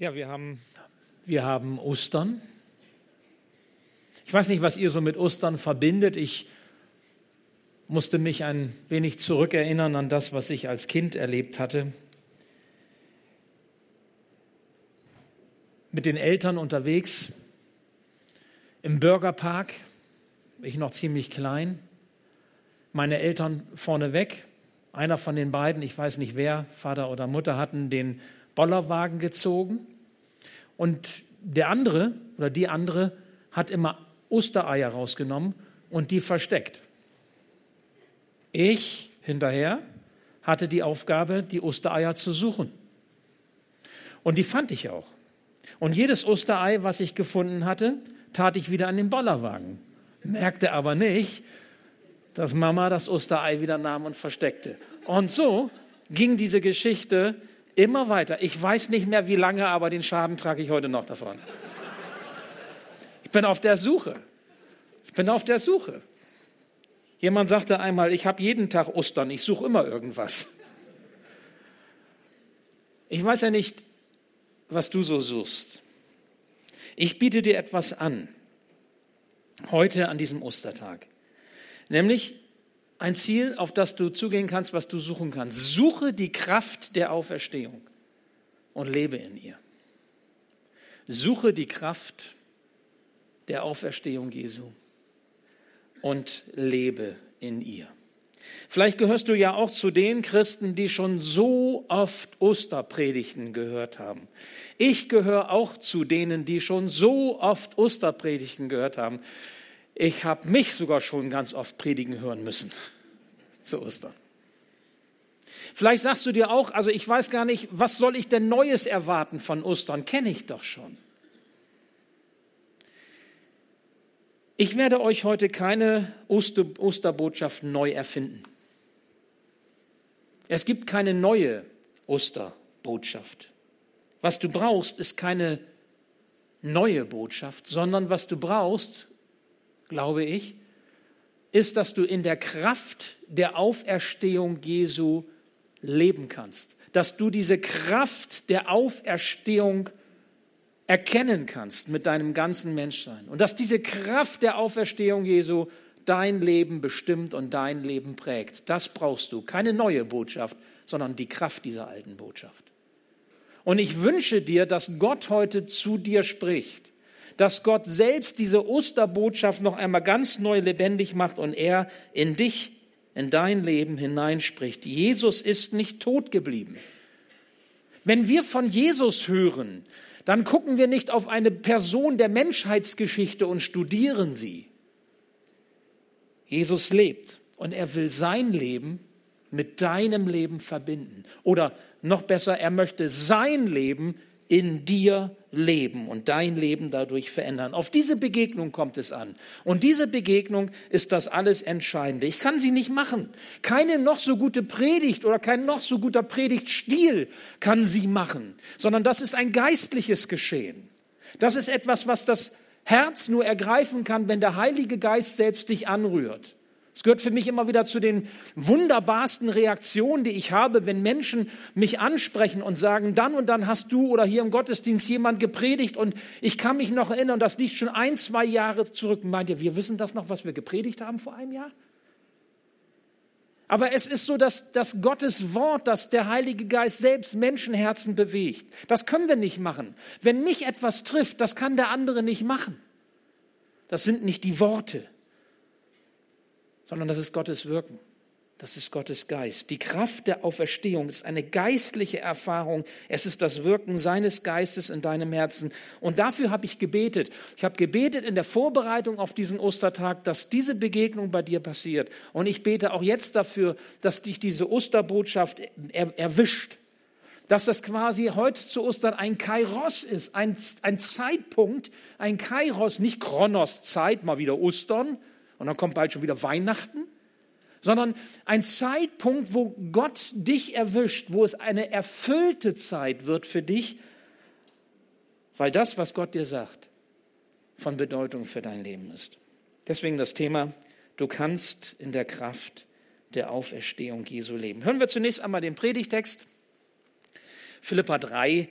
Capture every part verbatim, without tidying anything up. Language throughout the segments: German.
Ja, wir haben, wir haben Ostern. Ich weiß nicht, was ihr so mit Ostern verbindet. Ich musste mich ein wenig zurückerinnern an das, was ich als Kind erlebt hatte. Mit den Eltern unterwegs im Burgerpark, ich noch ziemlich klein, meine Eltern vorneweg, einer von den beiden, ich weiß nicht wer, Vater oder Mutter, hatten den Bollerwagen gezogen und der andere oder die andere hat immer Ostereier rausgenommen und die versteckt. Ich hinterher hatte die Aufgabe, die Ostereier zu suchen. Und die fand ich auch. Und jedes Osterei, was ich gefunden hatte, tat ich wieder an den Bollerwagen. Merkte aber nicht, dass Mama das Osterei wieder nahm und versteckte. Und so ging diese Geschichte immer weiter. Ich weiß nicht mehr, wie lange, aber den Schaden trage ich heute noch davon. Ich bin auf der Suche. Ich bin auf der Suche. Jemand sagte einmal, ich habe jeden Tag Ostern, ich suche immer irgendwas. Ich weiß ja nicht, was du so suchst. Ich biete dir etwas an, heute an diesem Ostertag. Nämlich ein Ziel, auf das du zugehen kannst, was du suchen kannst. Suche die Kraft der Auferstehung und lebe in ihr. Suche die Kraft der Auferstehung Jesu und lebe in ihr. Vielleicht gehörst du ja auch zu den Christen, die schon so oft Osterpredigten gehört haben. Ich gehöre auch zu denen, die schon so oft Osterpredigten gehört haben. Ich habe mich sogar schon ganz oft predigen hören müssen zu Ostern. Vielleicht sagst du dir auch, also ich weiß gar nicht, was soll ich denn Neues erwarten von Ostern? Kenne ich doch schon. Ich werde euch heute keine Oster, Osterbotschaft neu erfinden. Es gibt keine neue Osterbotschaft. Was du brauchst, ist keine neue Botschaft, sondern was du brauchst, glaube ich, ist, dass du in der Kraft der Auferstehung Jesu leben kannst. Dass du diese Kraft der Auferstehung erkennen kannst mit deinem ganzen Menschsein. Und dass diese Kraft der Auferstehung Jesu dein Leben bestimmt und dein Leben prägt. Das brauchst du. Keine neue Botschaft, sondern die Kraft dieser alten Botschaft. Und ich wünsche dir, dass Gott heute zu dir spricht. Dass Gott selbst diese Osterbotschaft noch einmal ganz neu lebendig macht und er in dich, in dein Leben hineinspricht. Jesus ist nicht tot geblieben. Wenn wir von Jesus hören, dann gucken wir nicht auf eine Person der Menschheitsgeschichte und studieren sie. Jesus lebt und er will sein Leben mit deinem Leben verbinden. Oder noch besser, er möchte sein Leben in dir leben und dein Leben dadurch verändern. Auf diese Begegnung kommt es an. Und diese Begegnung ist das alles Entscheidende. Ich kann sie nicht machen. Keine noch so gute Predigt oder kein noch so guter Predigtstil kann sie machen, sondern das ist ein geistliches Geschehen. Das ist etwas, was das Herz nur ergreifen kann, wenn der Heilige Geist selbst dich anrührt. Es gehört für mich immer wieder zu den wunderbarsten Reaktionen, die ich habe, wenn Menschen mich ansprechen und sagen, dann und dann hast du oder hier im Gottesdienst jemand gepredigt und ich kann mich noch erinnern, das liegt schon ein, zwei Jahre zurück. Meint ihr, wir wissen das noch, was wir gepredigt haben vor einem Jahr? Aber es ist so, dass, dass Gottes Wort, dass der Heilige Geist selbst Menschenherzen bewegt. Das können wir nicht machen. Wenn mich etwas trifft, das kann der andere nicht machen. Das sind nicht die Worte, sondern das ist Gottes Wirken, das ist Gottes Geist. Die Kraft der Auferstehung ist eine geistliche Erfahrung. Es ist das Wirken seines Geistes in deinem Herzen. Und dafür habe ich gebetet. Ich habe gebetet in der Vorbereitung auf diesen Ostertag, dass diese Begegnung bei dir passiert. Und ich bete auch jetzt dafür, dass dich diese Osterbotschaft er, erwischt. Dass das quasi heute zu Ostern ein Kairos ist, ein, ein Zeitpunkt, ein Kairos, nicht Kronos, Zeit, mal wieder Ostern, und dann kommt bald schon wieder Weihnachten, sondern ein Zeitpunkt, wo Gott dich erwischt, wo es eine erfüllte Zeit wird für dich, weil das, was Gott dir sagt, von Bedeutung für dein Leben ist. Deswegen das Thema, du kannst in der Kraft der Auferstehung Jesu leben. Hören wir zunächst einmal den Predigtext, Philipper drei,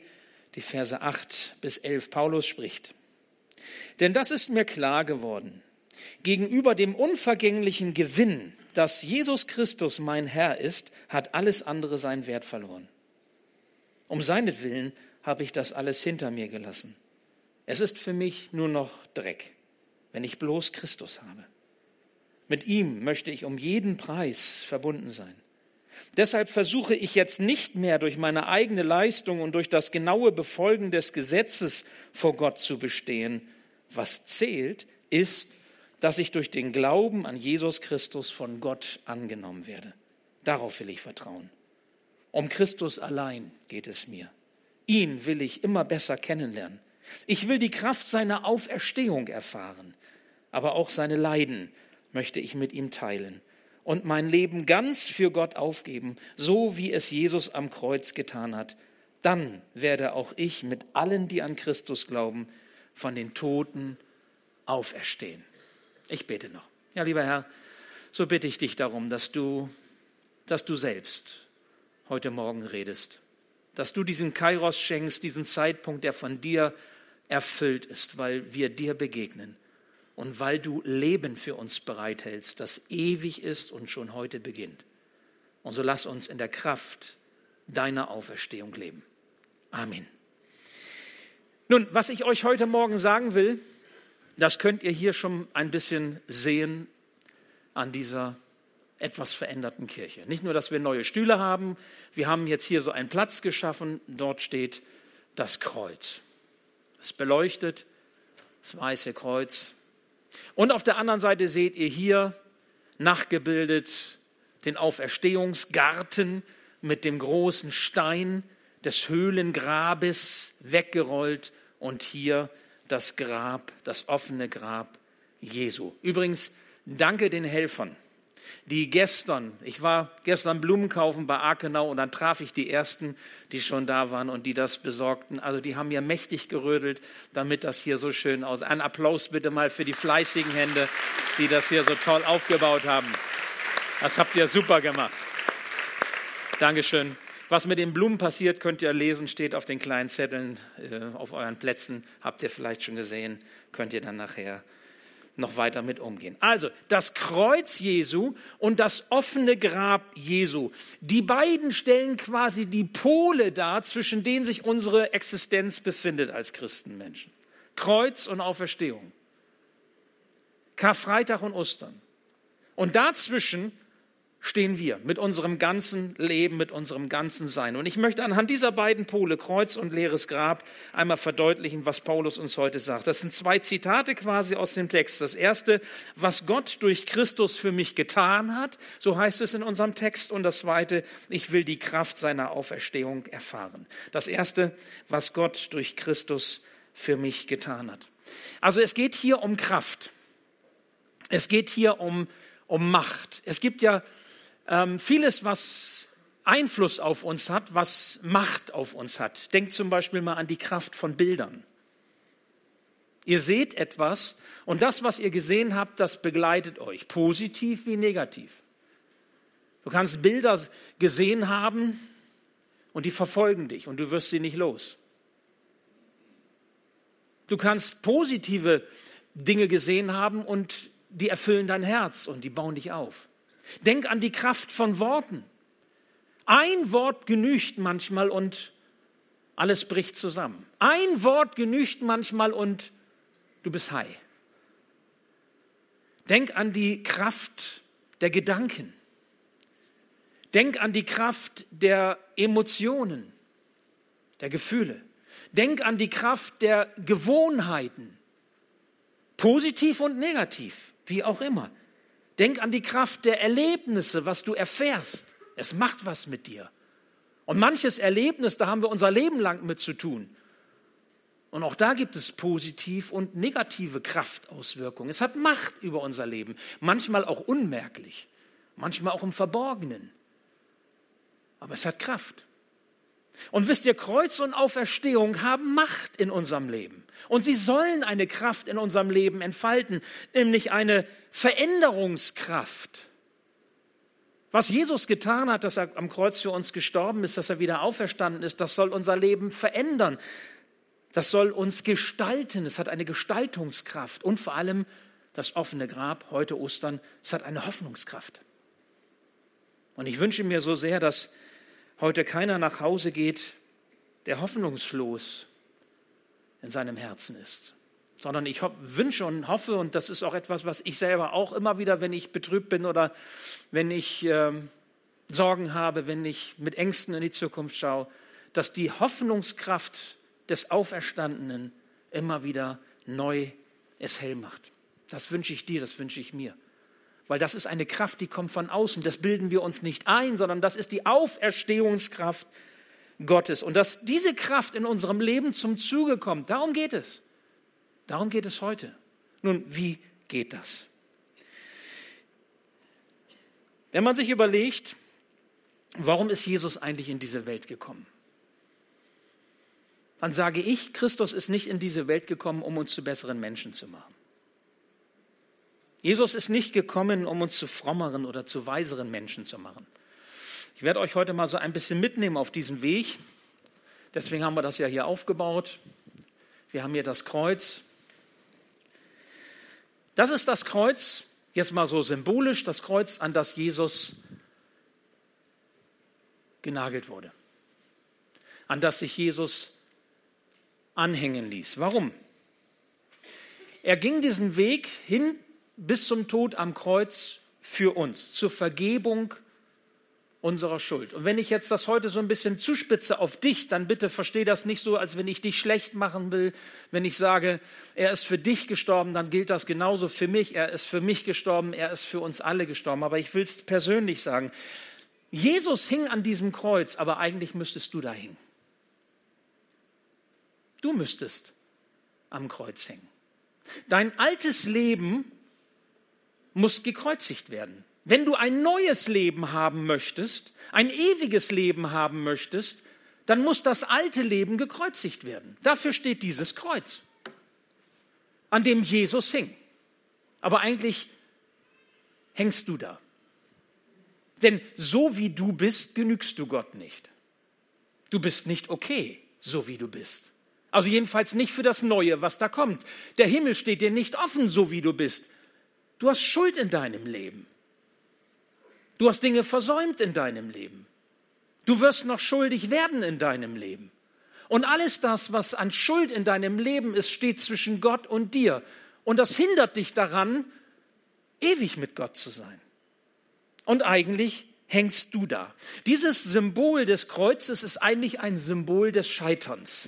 die Verse acht bis elf. Paulus spricht: Denn das ist mir klar geworden, gegenüber dem unvergänglichen Gewinn, dass Jesus Christus mein Herr ist, hat alles andere seinen Wert verloren. Um seinetwillen habe ich das alles hinter mir gelassen. Es ist für mich nur noch Dreck, wenn ich bloß Christus habe. Mit ihm möchte ich um jeden Preis verbunden sein. Deshalb versuche ich jetzt nicht mehr durch meine eigene Leistung und durch das genaue Befolgen des Gesetzes vor Gott zu bestehen. Was zählt, ist, dass ich durch den Glauben an Jesus Christus von Gott angenommen werde. Darauf will ich vertrauen. Um Christus allein geht es mir. Ihn will ich immer besser kennenlernen. Ich will die Kraft seiner Auferstehung erfahren, aber auch seine Leiden möchte ich mit ihm teilen und mein Leben ganz für Gott aufgeben, so wie es Jesus am Kreuz getan hat. Dann werde auch ich mit allen, die an Christus glauben, von den Toten auferstehen. Ich bete noch. Ja, lieber Herr, so bitte ich dich darum, dass du, dass du selbst heute Morgen redest, dass du diesen Kairos schenkst, diesen Zeitpunkt, der von dir erfüllt ist, weil wir dir begegnen und weil du Leben für uns bereithältst, das ewig ist und schon heute beginnt. Und so lass uns in der Kraft deiner Auferstehung leben. Amen. Nun, was ich euch heute Morgen sagen will, das könnt ihr hier schon ein bisschen sehen an dieser etwas veränderten Kirche. Nicht nur, dass wir neue Stühle haben, wir haben jetzt hier so einen Platz geschaffen, dort steht das Kreuz. Es beleuchtet das weiße Kreuz. Und auf der anderen Seite seht ihr hier nachgebildet den Auferstehungsgarten mit dem großen Stein des Höhlengrabes weggerollt und hier das Grab, das offene Grab Jesu. Übrigens, danke den Helfern, die gestern, ich war gestern Blumen kaufen bei Akenau und dann traf ich die Ersten, die schon da waren und die das besorgten. Also die haben mir mächtig gerödelt, damit das hier so schön aussieht. Ein Applaus bitte mal für die fleißigen Hände, die das hier so toll aufgebaut haben. Das habt ihr super gemacht. Dankeschön. Was mit den Blumen passiert, könnt ihr lesen, steht auf den kleinen Zetteln äh, auf euren Plätzen. Habt ihr vielleicht schon gesehen, könnt ihr dann nachher noch weiter mit umgehen. Also das Kreuz Jesu und das offene Grab Jesu. Die beiden stellen quasi die Pole dar, zwischen denen sich unsere Existenz befindet als Christenmenschen. Kreuz und Auferstehung. Karfreitag und Ostern. Und dazwischen stehen wir mit unserem ganzen Leben, mit unserem ganzen Sein. Und ich möchte anhand dieser beiden Pole, Kreuz und leeres Grab, einmal verdeutlichen, was Paulus uns heute sagt. Das sind zwei Zitate quasi aus dem Text. Das erste, was Gott durch Christus für mich getan hat, so heißt es in unserem Text. Und das zweite, ich will die Kraft seiner Auferstehung erfahren. Das erste, was Gott durch Christus für mich getan hat. Also es geht hier um Kraft. Es geht hier um, um Macht. Es gibt ja Ähm, vieles, was Einfluss auf uns hat, was Macht auf uns hat. Denkt zum Beispiel mal an die Kraft von Bildern. Ihr seht etwas und das, was ihr gesehen habt, das begleitet euch, positiv wie negativ. Du kannst Bilder gesehen haben und die verfolgen dich und du wirst sie nicht los. Du kannst positive Dinge gesehen haben und die erfüllen dein Herz und die bauen dich auf. Denk an die Kraft von Worten. Ein Wort genügt manchmal und alles bricht zusammen. Ein Wort genügt manchmal und du bist high. Denk an die Kraft der Gedanken. Denk an die Kraft der Emotionen, der Gefühle. Denk an die Kraft der Gewohnheiten. Positiv und negativ, wie auch immer. Denk an die Kraft der Erlebnisse, was du erfährst. Es macht was mit dir. Und manches Erlebnis, da haben wir unser Leben lang mit zu tun. Und auch da gibt es positiv und negative Kraftauswirkungen. Es hat Macht über unser Leben. Manchmal auch unmerklich. Manchmal auch im Verborgenen. Aber es hat Kraft. Und wisst ihr, Kreuz und Auferstehung haben Macht in unserem Leben. Und sie sollen eine Kraft in unserem Leben entfalten, nämlich eine Veränderungskraft. Was Jesus getan hat, dass er am Kreuz für uns gestorben ist, dass er wieder auferstanden ist, das soll unser Leben verändern. Das soll uns gestalten. Es hat eine Gestaltungskraft. Und vor allem das offene Grab, heute Ostern, es hat eine Hoffnungskraft. Und ich wünsche mir so sehr, dass heute keiner nach Hause geht, der hoffnungslos in seinem Herzen ist. Sondern ich wünsche und hoffe, und das ist auch etwas, was ich selber auch immer wieder, wenn ich betrübt bin oder wenn ich äh, Sorgen habe, wenn ich mit Ängsten in die Zukunft schaue, dass die Hoffnungskraft des Auferstandenen immer wieder neu es hell macht. Das wünsche ich dir, das wünsche ich mir. Weil das ist eine Kraft, die kommt von außen. Das bilden wir uns nicht ein, sondern das ist die Auferstehungskraft Gottes. Und dass diese Kraft in unserem Leben zum Zuge kommt, darum geht es. Darum geht es heute. Nun, wie geht das? Wenn man sich überlegt, warum ist Jesus eigentlich in diese Welt gekommen? Dann sage ich, Christus ist nicht in diese Welt gekommen, um uns zu besseren Menschen zu machen. Jesus ist nicht gekommen, um uns zu frommeren oder zu weiseren Menschen zu machen. Ich werde euch heute mal so ein bisschen mitnehmen auf diesen Weg. Deswegen haben wir das ja hier aufgebaut. Wir haben hier das Kreuz. Das ist das Kreuz, jetzt mal so symbolisch, das Kreuz, an das Jesus genagelt wurde. An das sich Jesus anhängen ließ. Warum? Er ging diesen Weg hin bis zum Tod am Kreuz für uns, zur Vergebung unserer Schuld. Und wenn ich jetzt das heute so ein bisschen zuspitze auf dich, dann bitte versteh das nicht so, als wenn ich dich schlecht machen will. Wenn ich sage, er ist für dich gestorben, dann gilt das genauso für mich. Er ist für mich gestorben, er ist für uns alle gestorben. Aber ich will es persönlich sagen. Jesus hing an diesem Kreuz, aber eigentlich müsstest du da hängen. Du müsstest am Kreuz hängen. Dein altes Leben muss gekreuzigt werden. Wenn du ein neues Leben haben möchtest, ein ewiges Leben haben möchtest, dann muss das alte Leben gekreuzigt werden. Dafür steht dieses Kreuz, an dem Jesus hing. Aber eigentlich hängst du da. Denn so wie du bist, genügst du Gott nicht. Du bist nicht okay, so wie du bist. Also jedenfalls nicht für das Neue, was da kommt. Der Himmel steht dir nicht offen, so wie du bist. Du hast Schuld in deinem Leben. Du hast Dinge versäumt in deinem Leben. Du wirst noch schuldig werden in deinem Leben. Und alles das, was an Schuld in deinem Leben ist, steht zwischen Gott und dir. Und das hindert dich daran, ewig mit Gott zu sein. Und eigentlich hängst du da. Dieses Symbol des Kreuzes ist eigentlich ein Symbol des Scheiterns.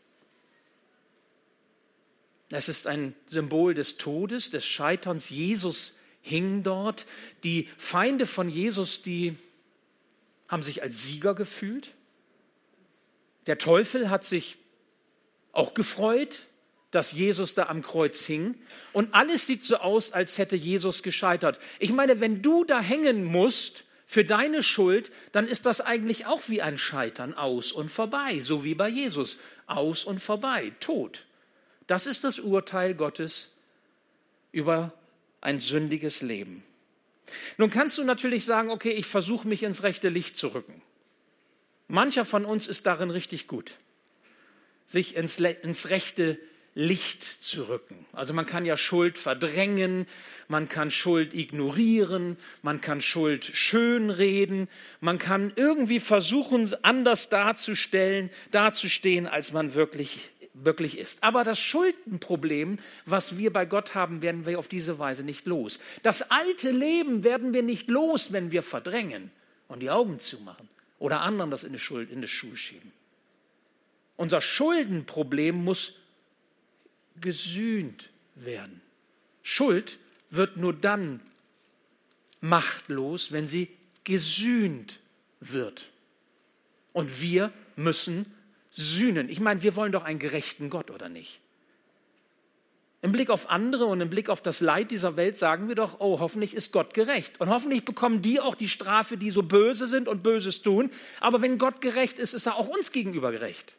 Es ist ein Symbol des Todes, des Scheiterns. Jesus hing dort. Die Feinde von Jesus, die haben sich als Sieger gefühlt. Der Teufel hat sich auch gefreut, dass Jesus da am Kreuz hing. Und alles sieht so aus, als hätte Jesus gescheitert. Ich meine, wenn du da hängen musst für deine Schuld, dann ist das eigentlich auch wie ein Scheitern, aus und vorbei, so wie bei Jesus. Aus und vorbei, Tod. Das ist das Urteil Gottes über ein sündiges Leben. Nun kannst du natürlich sagen, okay, ich versuche mich ins rechte Licht zu rücken. Mancher von uns ist darin richtig gut, sich ins, ins rechte Licht zu rücken. Also man kann ja Schuld verdrängen, man kann Schuld ignorieren, man kann Schuld schönreden, man kann irgendwie versuchen, anders darzustellen, dazustehen, als man wirklich wirklich ist. Aber das Schuldenproblem, was wir bei Gott haben, werden wir auf diese Weise nicht los. Das alte Leben werden wir nicht los, wenn wir verdrängen und die Augen zumachen oder anderen das in die Schuld, in die Schuhe schieben. Unser Schuldenproblem muss gesühnt werden. Schuld wird nur dann machtlos, wenn sie gesühnt wird. Und wir müssen sühnen. Ich meine, wir wollen doch einen gerechten Gott, oder nicht? Im Blick auf andere und im Blick auf das Leid dieser Welt sagen wir doch, oh, hoffentlich ist Gott gerecht. Und hoffentlich bekommen die auch die Strafe, die so böse sind und Böses tun. Aber wenn Gott gerecht ist, ist er auch uns gegenüber gerecht.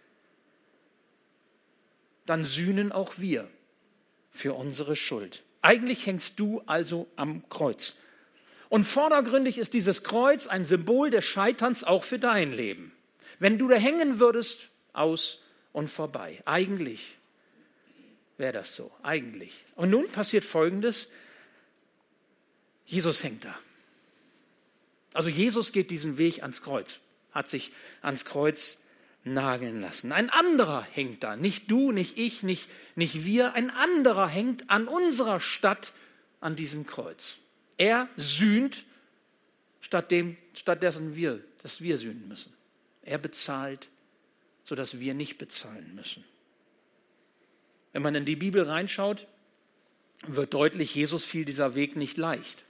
Dann sühnen auch wir für unsere Schuld. Eigentlich hängst du also am Kreuz. Und vordergründig ist dieses Kreuz ein Symbol des Scheiterns auch für dein Leben. Wenn du da hängen würdest, aus und vorbei. Eigentlich wäre das so, eigentlich. Und nun passiert Folgendes. Jesus hängt da. Also Jesus geht diesen Weg ans Kreuz, hat sich ans Kreuz nageln lassen. Ein anderer hängt da, nicht du, nicht ich, nicht, nicht wir, ein anderer hängt an unserer Stadt an diesem Kreuz. Er sühnt, stattdem, stattdessen wir, dass wir sühnen müssen. Er bezahlt, sodass wir nicht bezahlen müssen. Wenn man in die Bibel reinschaut, wird deutlich, Jesus fiel dieser Weg nicht leicht.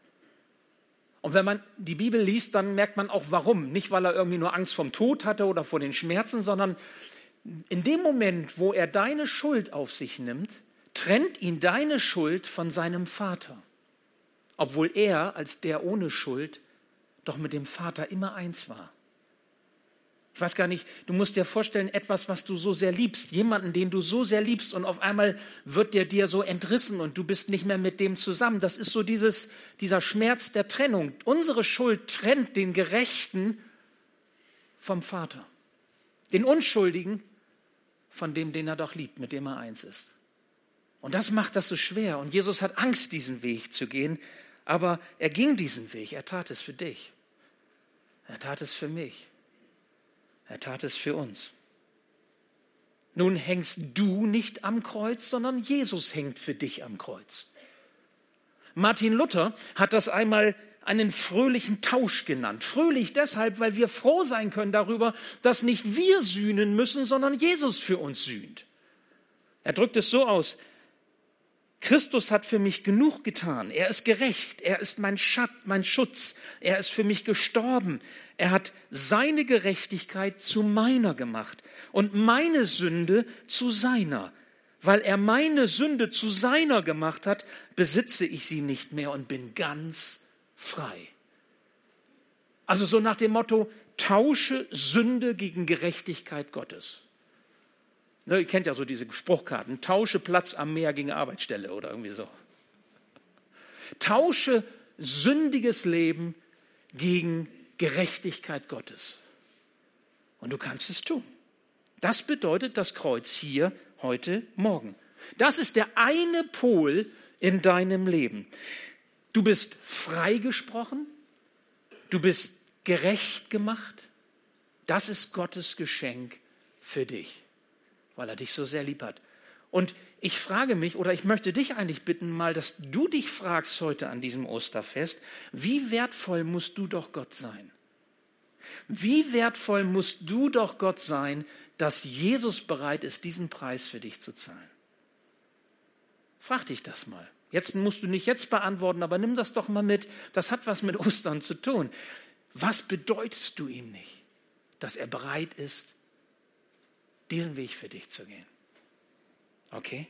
Und wenn man die Bibel liest, dann merkt man auch, warum. Nicht, weil er irgendwie nur Angst vom Tod hatte oder vor den Schmerzen, sondern in dem Moment, wo er deine Schuld auf sich nimmt, trennt ihn deine Schuld von seinem Vater. Obwohl er, als der ohne Schuld, doch mit dem Vater immer eins war. Ich weiß gar nicht, du musst dir vorstellen, etwas, was du so sehr liebst, jemanden, den du so sehr liebst und auf einmal wird der dir so entrissen und du bist nicht mehr mit dem zusammen. Das ist so dieses, dieser Schmerz der Trennung. Unsere Schuld trennt den Gerechten vom Vater. Den Unschuldigen von dem, den er doch liebt, mit dem er eins ist. Und das macht das so schwer. Und Jesus hat Angst, diesen Weg zu gehen, aber er ging diesen Weg. Er tat es für dich. Er tat es für mich. Er tat es für uns. Nun hängst du nicht am Kreuz, sondern Jesus hängt für dich am Kreuz. Martin Luther hat das einmal einen fröhlichen Tausch genannt. Fröhlich deshalb, weil wir froh sein können darüber, dass nicht wir sühnen müssen, sondern Jesus für uns sühnt. Er drückt es so aus: Christus hat für mich genug getan. Er ist gerecht. Er ist mein Schatt, mein Schutz. Er ist für mich gestorben. Er hat seine Gerechtigkeit zu meiner gemacht und meine Sünde zu seiner. Weil er meine Sünde zu seiner gemacht hat, besitze ich sie nicht mehr und bin ganz frei. Also so nach dem Motto, tausche Sünde gegen Gerechtigkeit Gottes. Ne, ihr kennt ja so diese Spruchkarten, tausche Platz am Meer gegen Arbeitsstelle oder irgendwie so. Tausche sündiges Leben gegen Gerechtigkeit Gottes. Und du kannst es tun. Das bedeutet das Kreuz hier, heute, morgen. Das ist der eine Pol in deinem Leben. Du bist freigesprochen, du bist gerecht gemacht. Das ist Gottes Geschenk für dich, weil er dich so sehr lieb hat. Und ich frage mich, oder ich möchte dich eigentlich bitten mal, dass du dich fragst heute an diesem Osterfest, wie wertvoll musst du doch Gott sein? Wie wertvoll musst du doch Gott sein, dass Jesus bereit ist, diesen Preis für dich zu zahlen? Frag dich das mal. Jetzt musst du nicht jetzt beantworten, aber nimm das doch mal mit. Das hat was mit Ostern zu tun. Was bedeutest du ihm nicht, dass er bereit ist, diesen Weg für dich zu gehen? Okay?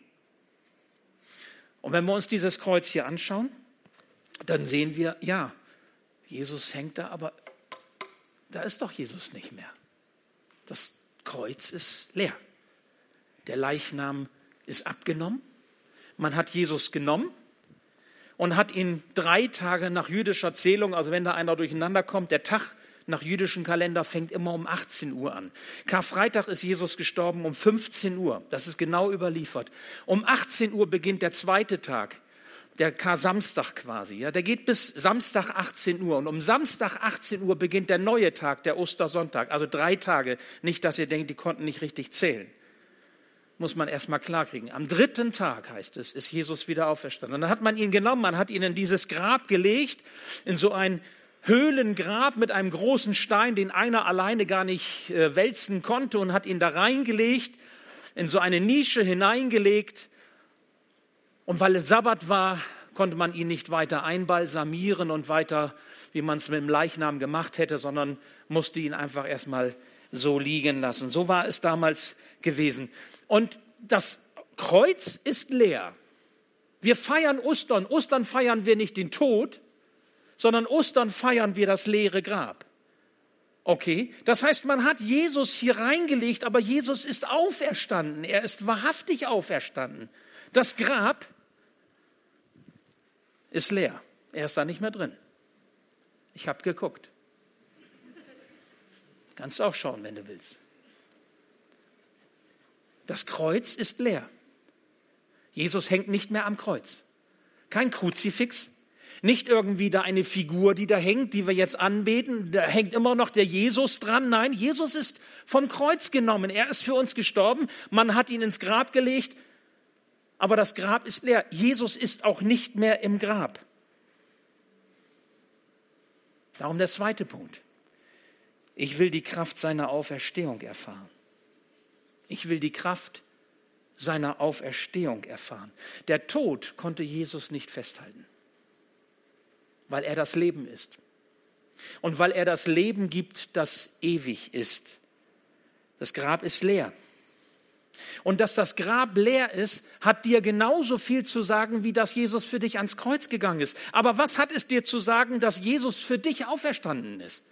Und wenn wir uns dieses Kreuz hier anschauen, dann sehen wir, ja, Jesus hängt da, aber da ist doch Jesus nicht mehr. Das Kreuz ist leer. Der Leichnam ist abgenommen. Man hat Jesus genommen und hat ihn drei Tage nach jüdischer Zählung, also wenn da einer durcheinander kommt, der Tag nach jüdischem Kalender fängt immer um achtzehn Uhr an. Karfreitag ist Jesus gestorben um fünfzehn Uhr. Das ist genau überliefert. Um achtzehn Uhr beginnt der zweite Tag, der Kar-Samstag quasi. Ja, der geht bis Samstag achtzehn Uhr. Und um Samstag achtzehn Uhr beginnt der neue Tag, der Ostersonntag. Also drei Tage. Nicht, dass ihr denkt, die konnten nicht richtig zählen. Muss man erst mal klarkriegen. Am dritten Tag, heißt es, ist Jesus wieder auferstanden. Und dann hat man ihn genommen, man hat ihn in dieses Grab gelegt, in so ein Höhlengrab mit einem großen Stein, den einer alleine gar nicht äh, wälzen konnte, und hat ihn da reingelegt, in so eine Nische hineingelegt. Und weil es Sabbat war, konnte man ihn nicht weiter einbalsamieren und weiter, wie man es mit dem Leichnam gemacht hätte, sondern musste ihn einfach erstmal so liegen lassen. So war es damals gewesen. Und das Kreuz ist leer. Wir feiern Ostern. Ostern feiern wir nicht den Tod, sondern Ostern feiern wir das leere Grab. Okay, das heißt, man hat Jesus hier reingelegt, aber Jesus ist auferstanden. Er ist wahrhaftig auferstanden. Das Grab ist leer. Er ist da nicht mehr drin. Ich habe geguckt. Kannst auch schauen, wenn du willst. Das Kreuz ist leer. Jesus hängt nicht mehr am Kreuz. Kein Kruzifix, nicht irgendwie da eine Figur, die da hängt, die wir jetzt anbeten. Da hängt immer noch der Jesus dran. Nein, Jesus ist vom Kreuz genommen. Er ist für uns gestorben. Man hat ihn ins Grab gelegt, aber das Grab ist leer. Jesus ist auch nicht mehr im Grab. Darum der zweite Punkt. Ich will die Kraft seiner Auferstehung erfahren. Ich will die Kraft seiner Auferstehung erfahren. Der Tod konnte Jesus nicht festhalten, weil er das Leben ist. Und weil er das Leben gibt, das ewig ist. Das Grab ist leer. Und dass das Grab leer ist, hat dir genauso viel zu sagen, wie dass Jesus für dich ans Kreuz gegangen ist. Aber was hat es dir zu sagen, dass Jesus für dich auferstanden ist?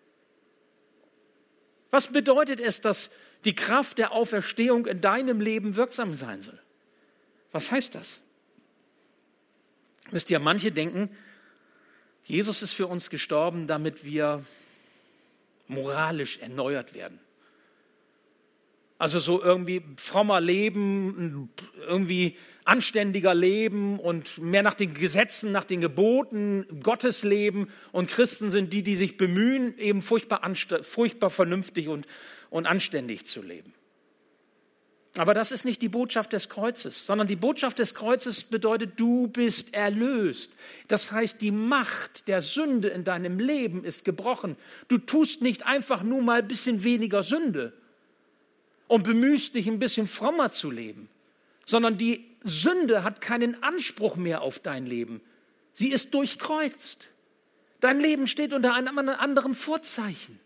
Was bedeutet es, dass die Kraft der Auferstehung in deinem Leben wirksam sein soll? Was heißt das? Wisst ihr, manche denken, Jesus ist für uns gestorben, damit wir moralisch erneuert werden. Also so irgendwie frommer Leben, irgendwie anständiger Leben und mehr nach den Gesetzen, nach den Geboten Gottes leben. Und Christen sind die, die sich bemühen, eben furchtbar, anst- furchtbar vernünftig und, und anständig zu leben. Aber das ist nicht die Botschaft des Kreuzes, sondern die Botschaft des Kreuzes bedeutet, du bist erlöst. Das heißt, die Macht der Sünde in deinem Leben ist gebrochen. Du tust nicht einfach nur mal ein bisschen weniger Sünde und bemühst dich, ein bisschen frommer zu leben, sondern die Sünde hat keinen Anspruch mehr auf dein Leben. Sie ist durchkreuzt. Dein Leben steht unter einem anderen Vorzeichen.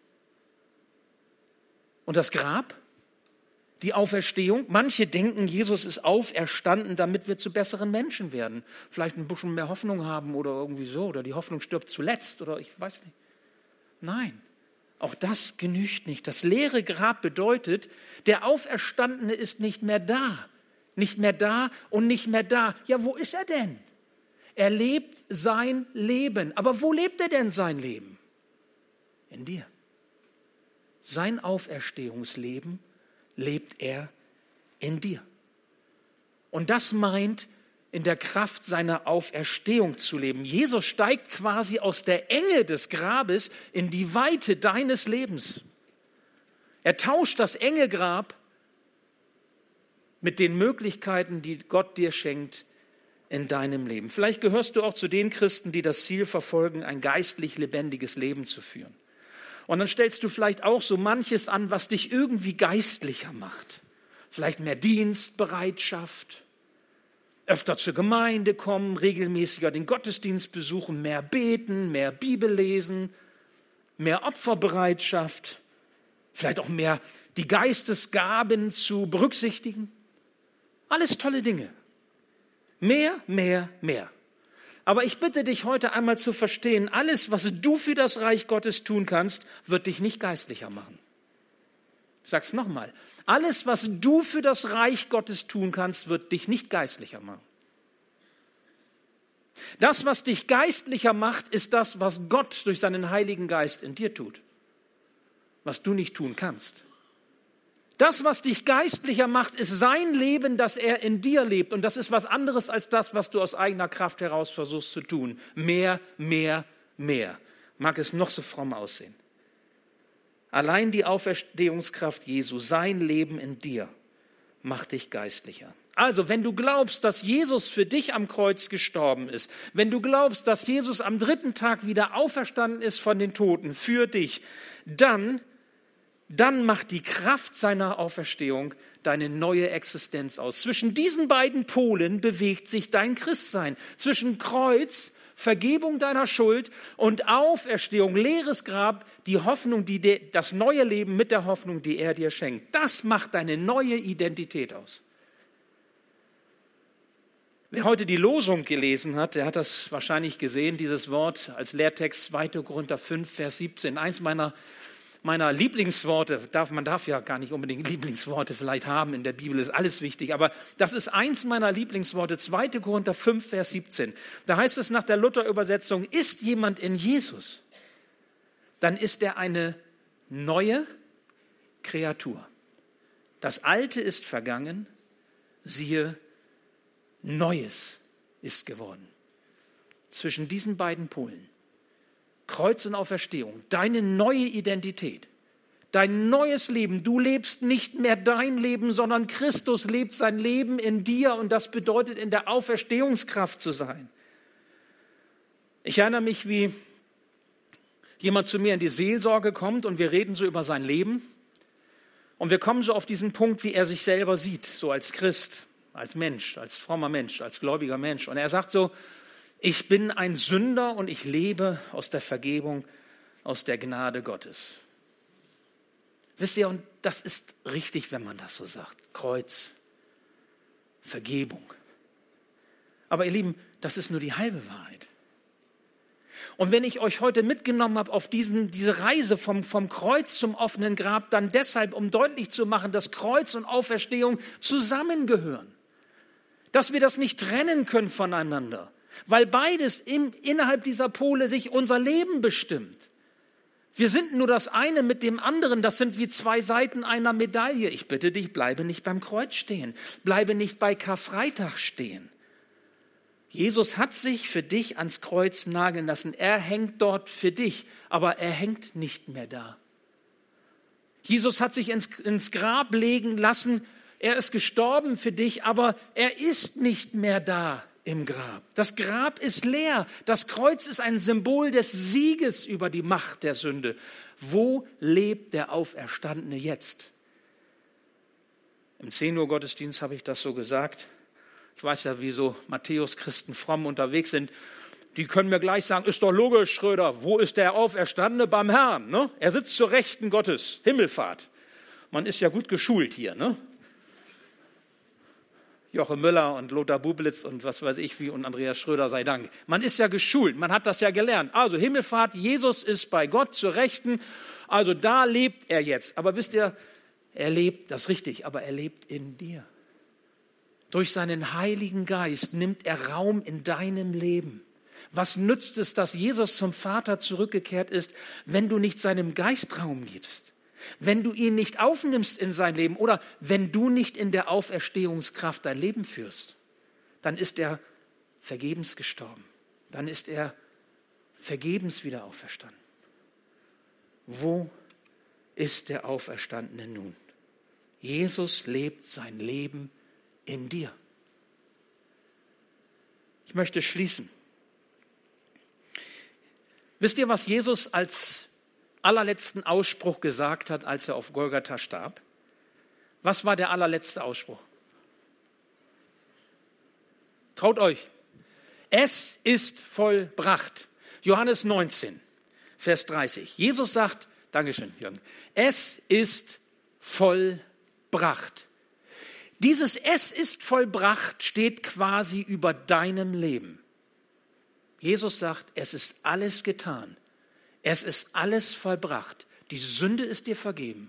Und das Grab? Die Auferstehung? Manche denken, Jesus ist auferstanden, damit wir zu besseren Menschen werden. Vielleicht ein bisschen mehr Hoffnung haben oder irgendwie so. Oder die Hoffnung stirbt zuletzt oder ich weiß nicht. Nein. Auch das genügt nicht. Das leere Grab bedeutet, der Auferstandene ist nicht mehr da. Nicht mehr da und nicht mehr da. Ja, wo ist er denn? Er lebt sein Leben. Aber wo lebt er denn sein Leben? In dir. Sein Auferstehungsleben lebt er in dir. Und das meint, in der Kraft seiner Auferstehung zu leben. Jesus steigt quasi aus der Enge des Grabes in die Weite deines Lebens. Er tauscht das enge Grab mit den Möglichkeiten, die Gott dir schenkt in deinem Leben. Vielleicht gehörst du auch zu den Christen, die das Ziel verfolgen, ein geistlich lebendiges Leben zu führen. Und dann stellst du vielleicht auch so manches an, was dich irgendwie geistlicher macht. Vielleicht mehr Dienstbereitschaft, öfter zur Gemeinde kommen, regelmäßiger den Gottesdienst besuchen, mehr beten, mehr Bibel lesen, mehr Opferbereitschaft, vielleicht auch mehr die Geistesgaben zu berücksichtigen. Alles tolle Dinge. Mehr, mehr, mehr. Aber ich bitte dich heute einmal zu verstehen, alles, was du für das Reich Gottes tun kannst, wird dich nicht geistlicher machen. Ich sag's nochmal. Alles, was du für das Reich Gottes tun kannst, wird dich nicht geistlicher machen. Das, was dich geistlicher macht, ist das, was Gott durch seinen Heiligen Geist in dir tut. Was du nicht tun kannst. Das, was dich geistlicher macht, ist sein Leben, das er in dir lebt. Und das ist was anderes als das, was du aus eigener Kraft heraus versuchst zu tun. Mehr, mehr, mehr. Mag es noch so fromm aussehen. Allein die Auferstehungskraft Jesu, sein Leben in dir, macht dich geistlicher. Also, wenn du glaubst, dass Jesus für dich am Kreuz gestorben ist, wenn du glaubst, dass Jesus am dritten Tag wieder auferstanden ist von den Toten für dich, dann dann macht die Kraft seiner Auferstehung deine neue Existenz aus. Zwischen diesen beiden Polen bewegt sich dein Christsein. Zwischen Kreuz, Vergebung deiner Schuld und Auferstehung, leeres Grab, die Hoffnung, die de, das neue Leben mit der Hoffnung, die er dir schenkt. Das macht deine neue Identität aus. Wer heute die Losung gelesen hat, der hat das wahrscheinlich gesehen, dieses Wort als Lehrtext zweiter Korinther fünf, Vers siebzehn. Eins meiner meiner Lieblingsworte, darf, man darf ja gar nicht unbedingt Lieblingsworte vielleicht haben, in der Bibel ist alles wichtig, aber das ist eins meiner Lieblingsworte, zweiter Korinther fünf, Vers siebzehn. Da heißt es nach der Luther-Übersetzung, ist jemand in Jesus, dann ist er eine neue Kreatur. Das Alte ist vergangen, siehe, Neues ist geworden. Zwischen diesen beiden Polen, Kreuz und Auferstehung, deine neue Identität, dein neues Leben. Du lebst nicht mehr dein Leben, sondern Christus lebt sein Leben in dir und das bedeutet, in der Auferstehungskraft zu sein. Ich erinnere mich, wie jemand zu mir in die Seelsorge kommt und wir reden so über sein Leben und wir kommen so auf diesen Punkt, wie er sich selber sieht, so als Christ, als Mensch, als frommer Mensch, als gläubiger Mensch. Und er sagt so, ich bin ein Sünder und ich lebe aus der Vergebung, aus der Gnade Gottes. Wisst ihr, und das ist richtig, wenn man das so sagt. Kreuz, Vergebung. Aber ihr Lieben, das ist nur die halbe Wahrheit. Und wenn ich euch heute mitgenommen habe auf diesen, diese Reise vom, vom Kreuz zum offenen Grab, dann deshalb, um deutlich zu machen, dass Kreuz und Auferstehung zusammengehören. Dass wir das nicht trennen können voneinander, weil beides im, innerhalb dieser Pole sich unser Leben bestimmt. Wir sind nur das eine mit dem anderen, das sind wie zwei Seiten einer Medaille. Ich bitte dich, bleibe nicht beim Kreuz stehen, bleibe nicht bei Karfreitag stehen. Jesus hat sich für dich ans Kreuz nageln lassen. Er hängt dort für dich, aber er hängt nicht mehr da. Jesus hat sich ins, ins Grab legen lassen. Er ist gestorben für dich, aber er ist nicht mehr da im Grab. Das Grab ist leer. Das Kreuz ist ein Symbol des Sieges über die Macht der Sünde. Wo lebt der Auferstandene jetzt? Im zehn Uhr Gottesdienst habe ich das so gesagt. Ich weiß ja, wie so Matthäus-Christen fromm unterwegs sind. Die können mir gleich sagen, ist doch logisch, Schröder, wo ist der Auferstandene? Beim Herrn. Ne? Er sitzt zur Rechten Gottes, Himmelfahrt. Man ist ja gut geschult hier. Ne? Jochen Müller und Lothar Bublitz und was weiß ich wie und Andreas Schröder sei Dank. Man ist ja geschult, man hat das ja gelernt. Also Himmelfahrt, Jesus ist bei Gott zur Rechten, also da lebt er jetzt. Aber wisst ihr, er lebt, das ist richtig, aber er lebt in dir. Durch seinen Heiligen Geist nimmt er Raum in deinem Leben. Was nützt es, dass Jesus zum Vater zurückgekehrt ist, wenn du nicht seinem Geist Raum gibst? Wenn du ihn nicht aufnimmst in sein Leben oder wenn du nicht in der Auferstehungskraft dein Leben führst, dann ist er vergebens gestorben. Dann ist er vergebens wieder auferstanden. Wo ist der Auferstandene nun? Jesus lebt sein Leben in dir. Ich möchte schließen. Wisst ihr, was Jesus als allerletzten Ausspruch gesagt hat, als er auf Golgatha starb? Was war der allerletzte Ausspruch? Traut euch. Es ist vollbracht. Johannes neunzehn, Vers dreißig. Jesus sagt, Dankeschön, Jürgen, es ist vollbracht. Dieses Es ist vollbracht steht quasi über deinem Leben. Jesus sagt, es ist alles getan. Es ist alles vollbracht. Die Sünde ist dir vergeben.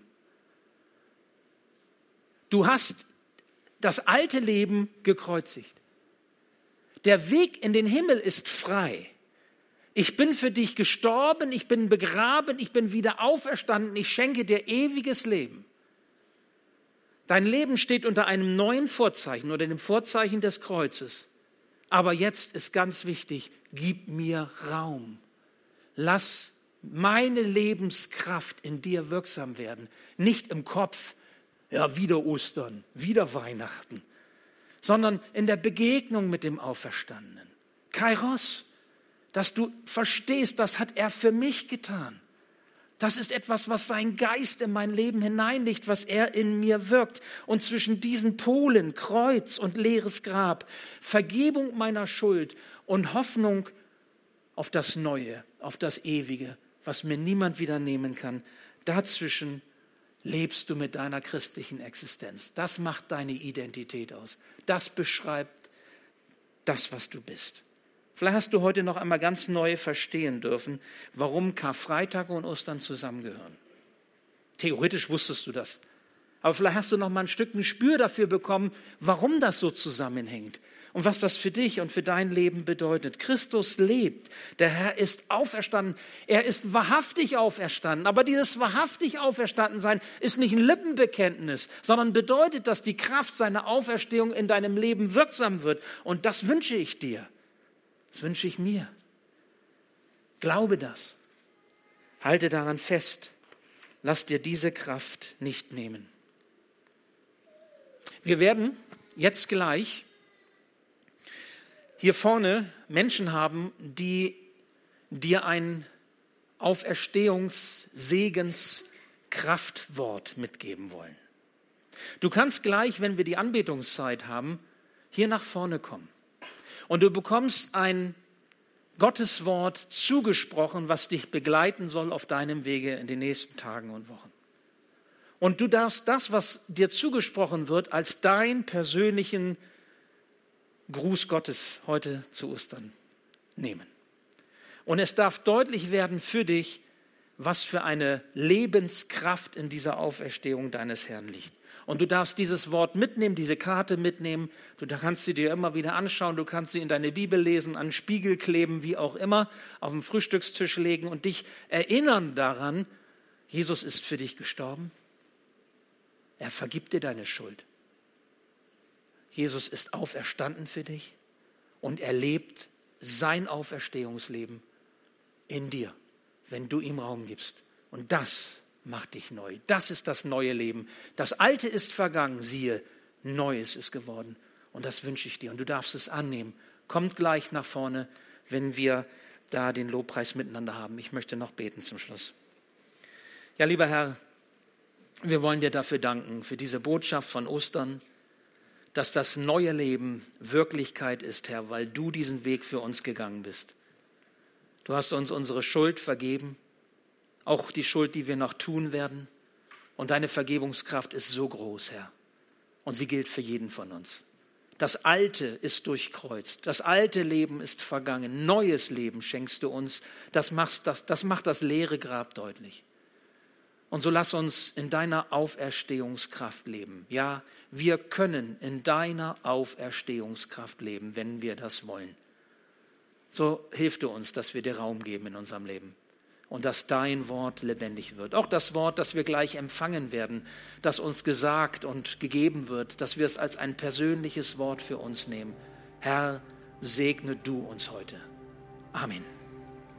Du hast das alte Leben gekreuzigt. Der Weg in den Himmel ist frei. Ich bin für dich gestorben, ich bin begraben, ich bin wieder auferstanden, ich schenke dir ewiges Leben. Dein Leben steht unter einem neuen Vorzeichen, unter dem Vorzeichen des Kreuzes. Aber jetzt ist ganz wichtig, gib mir Raum. Lass meine Lebenskraft in dir wirksam werden. Nicht im Kopf, ja, wieder Ostern, wieder Weihnachten, sondern in der Begegnung mit dem Auferstandenen. Kairos, dass du verstehst, das hat er für mich getan. Das ist etwas, was sein Geist in mein Leben hineinlegt, was er in mir wirkt. Und zwischen diesen Polen, Kreuz und leeres Grab, Vergebung meiner Schuld und Hoffnung auf das Neue, auf das Ewige, was mir niemand wieder nehmen kann, dazwischen lebst du mit deiner christlichen Existenz. Das macht deine Identität aus. Das beschreibt das, was du bist. Vielleicht hast du heute noch einmal ganz neu verstehen dürfen, warum Karfreitag und Ostern zusammengehören. Theoretisch wusstest du das, Aber vielleicht hast du noch mal ein Stück ein Gespür dafür bekommen, warum das so zusammenhängt und was das für dich und für dein Leben bedeutet. Christus lebt. Der Herr ist auferstanden. Er ist wahrhaftig auferstanden. Aber dieses wahrhaftig Auferstandensein ist nicht ein Lippenbekenntnis, sondern bedeutet, dass die Kraft seiner Auferstehung in deinem Leben wirksam wird. Und das wünsche ich dir. Das wünsche ich mir. Glaube das. Halte daran fest. Lass dir diese Kraft nicht nehmen. Wir werden jetzt gleich hier vorne Menschen haben, die dir ein Auferstehungs-Segens-Kraftwort mitgeben wollen. Du kannst gleich, wenn wir die Anbetungszeit haben, hier nach vorne kommen. Und du bekommst ein Gotteswort zugesprochen, was dich begleiten soll auf deinem Wege in den nächsten Tagen und Wochen. Und du darfst das, was dir zugesprochen wird, als dein persönlichen Gruß Gottes heute zu Ostern nehmen. Und es darf deutlich werden für dich, was für eine Lebenskraft in dieser Auferstehung deines Herrn liegt. Und du darfst dieses Wort mitnehmen, diese Karte mitnehmen. Du kannst sie dir immer wieder anschauen. Du kannst sie in deine Bibel lesen, an den Spiegel kleben, wie auch immer, auf den Frühstückstisch legen und dich erinnern daran, Jesus ist für dich gestorben. Er vergibt dir deine Schuld. Jesus ist auferstanden für dich und er lebt sein Auferstehungsleben in dir, wenn du ihm Raum gibst. Und das macht dich neu. Das ist das neue Leben. Das Alte ist vergangen, siehe, Neues ist geworden. Und das wünsche ich dir. Und du darfst es annehmen. Kommt gleich nach vorne, wenn wir da den Lobpreis miteinander haben. Ich möchte noch beten zum Schluss. Ja, lieber Herr, wir wollen dir dafür danken, für diese Botschaft von Ostern, dass das neue Leben Wirklichkeit ist, Herr, weil du diesen Weg für uns gegangen bist. Du hast uns unsere Schuld vergeben, auch die Schuld, die wir noch tun werden. Und deine Vergebungskraft ist so groß, Herr. Und sie gilt für jeden von uns. Das Alte ist durchkreuzt. Das alte Leben ist vergangen. Neues Leben schenkst du uns. Das macht das, das macht das leere Grab deutlich. Und so lass uns in deiner Auferstehungskraft leben. Ja, wir können in deiner Auferstehungskraft leben, wenn wir das wollen. So hilf du uns, dass wir dir Raum geben in unserem Leben und dass dein Wort lebendig wird. Auch das Wort, das wir gleich empfangen werden, das uns gesagt und gegeben wird, dass wir es als ein persönliches Wort für uns nehmen. Herr, segne du uns heute. Amen.